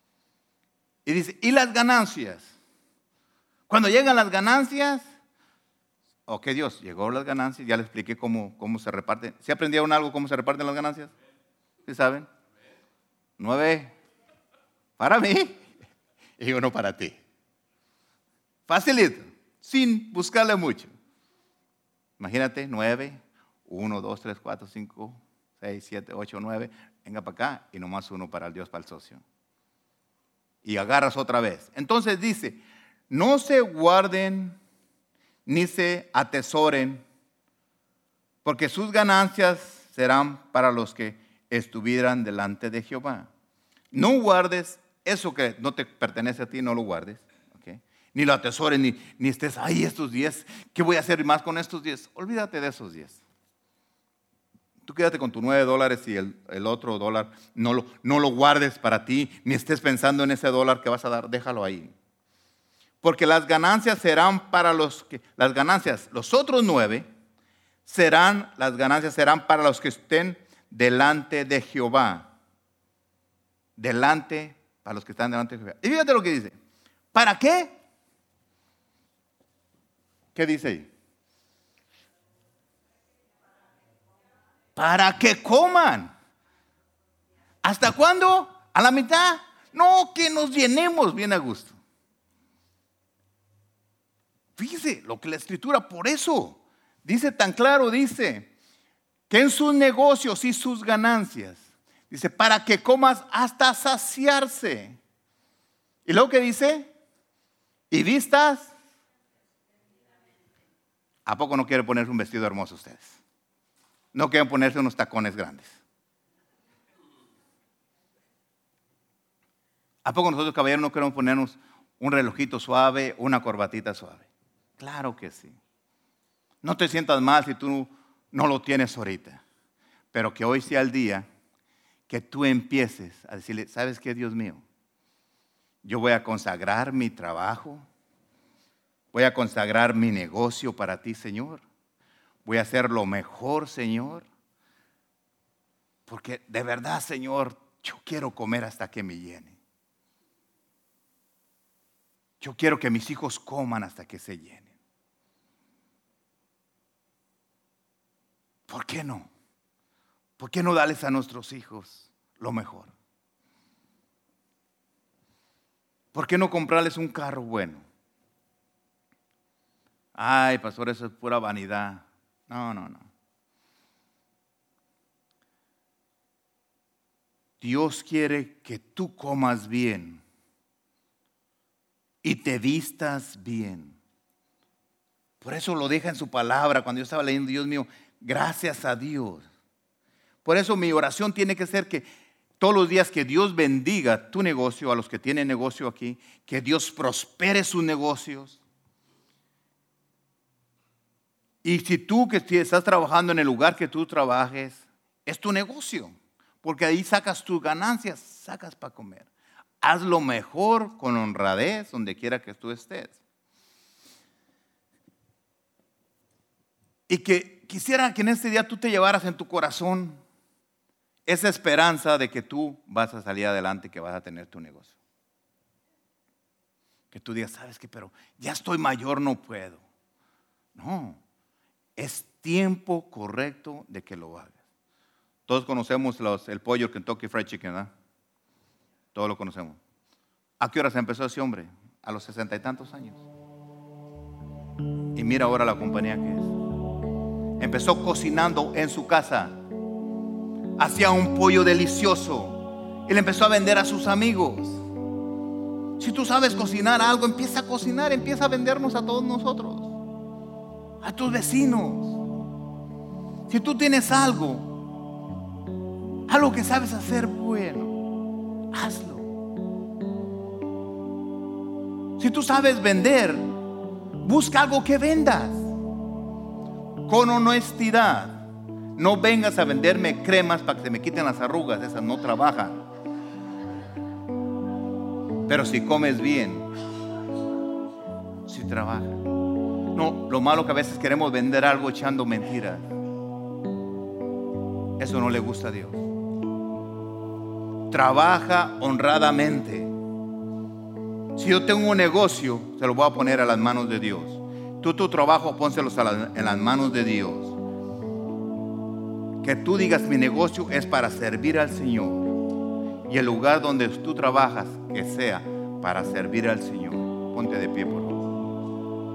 S1: Y dice, ¿y las ganancias? Cuando llegan las ganancias, ok, Dios, llegó las ganancias, ya le expliqué cómo, cómo se reparten. ¿Sí aprendieron algo cómo se reparten las ganancias? ¿Sí saben? Nueve para mí y uno para ti. Facilito, sin buscarle mucho. Imagínate, nueve, uno, dos, tres, cuatro, cinco, seis, siete, ocho, nueve. Venga para acá y nomás uno para el Dios, para el socio. Y agarras otra vez. Entonces dice, no se guarden ni se atesoren, porque sus ganancias serán para los que estuvieran delante de Jehová. No guardes eso que no te pertenece a ti, no lo guardes. ¿Okay? Ni lo atesores, ni, ni estés, ay, estos diez, ¿qué voy a hacer más con estos diez? Olvídate de esos diez. Tú quédate con tus nueve dólares y el, el otro dólar no lo, no lo guardes para ti, ni estés pensando en ese dólar que vas a dar, déjalo ahí. Porque las ganancias serán para los que, las ganancias, los otros nueve, serán, las ganancias serán para los que estén delante de Jehová. Delante, para los que están delante de Jehová. Y fíjate lo que dice. ¿Para qué? ¿Qué dice ahí? Para que coman. ¿Hasta cuándo? ¿A la mitad? No, que nos llenemos bien a gusto. Fíjese lo que la Escritura, por eso dice tan claro, dice que en sus negocios y sus ganancias, dice, para que comas hasta saciarse. Y luego que dice, y vistas. ¿A poco no quieren ponerse un vestido hermoso ustedes? No quieren ponerse unos tacones grandes. ¿A poco nosotros, caballeros, no queremos ponernos un relojito suave, una corbatita suave? Claro que sí. No te sientas mal si tú no lo tienes ahorita, pero que hoy sea el día que tú empieces a decirle, ¿sabes qué, Dios mío? Yo voy a consagrar mi trabajo, voy a consagrar mi negocio para ti, Señor. Voy a hacer lo mejor, Señor, porque de verdad, Señor, yo quiero comer hasta que me llene. Yo quiero que mis hijos coman hasta que se llenen. ¿Por qué no? ¿Por qué no darles a nuestros hijos lo mejor? ¿Por qué no comprarles un carro bueno? Ay, pastor, eso es pura vanidad. No, no, no. Dios quiere que tú comas bien y te vistas bien. Por eso lo deja en su palabra. Cuando yo estaba leyendo, Dios mío, gracias a Dios. Por eso mi oración tiene que ser que todos los días que Dios bendiga tu negocio, a los que tienen negocio aquí, que Dios prospere sus negocios. Y si tú que estás trabajando en el lugar que tú trabajes, es tu negocio, porque ahí sacas tus ganancias, sacas para comer. Haz lo mejor con honradez donde quiera que tú estés. Y que quisiera que en este día tú te llevaras en tu corazón esa esperanza de que tú vas a salir adelante, que vas a tener tu negocio. Que tú digas, ¿sabes qué? Pero ya estoy mayor, no puedo. No, es tiempo correcto de que lo hagas. Todos conocemos los, el pollo, el Kentucky Fried Chicken, ¿verdad? Todos lo conocemos. ¿A qué hora se empezó ese hombre? A los sesenta y tantos años. Y mira ahora la compañía que es. Empezó cocinando en su casa. Hacía un pollo delicioso. Y le empezó a vender a sus amigos. Si tú sabes cocinar algo, empieza a cocinar, empieza a vendernos a todos nosotros. A tus vecinos. Si tú tienes algo, algo que sabes hacer bueno, hazlo. Si tú sabes vender, busca algo que vendas. Con honestidad. No vengas a venderme cremas para que se me quiten las arrugas, esas no trabajan. Pero si comes bien, si trabaja. No, lo malo que a veces queremos vender algo echando mentiras. Eso no le gusta a Dios. Trabaja honradamente. Si yo tengo un negocio, se lo voy a poner a las manos de Dios. Tú tu trabajo, pónselos a la, en las manos de Dios. Que tú digas, mi negocio es para servir al Señor. Y el lugar donde tú trabajas, que sea para servir al Señor. Ponte de pie, por favor.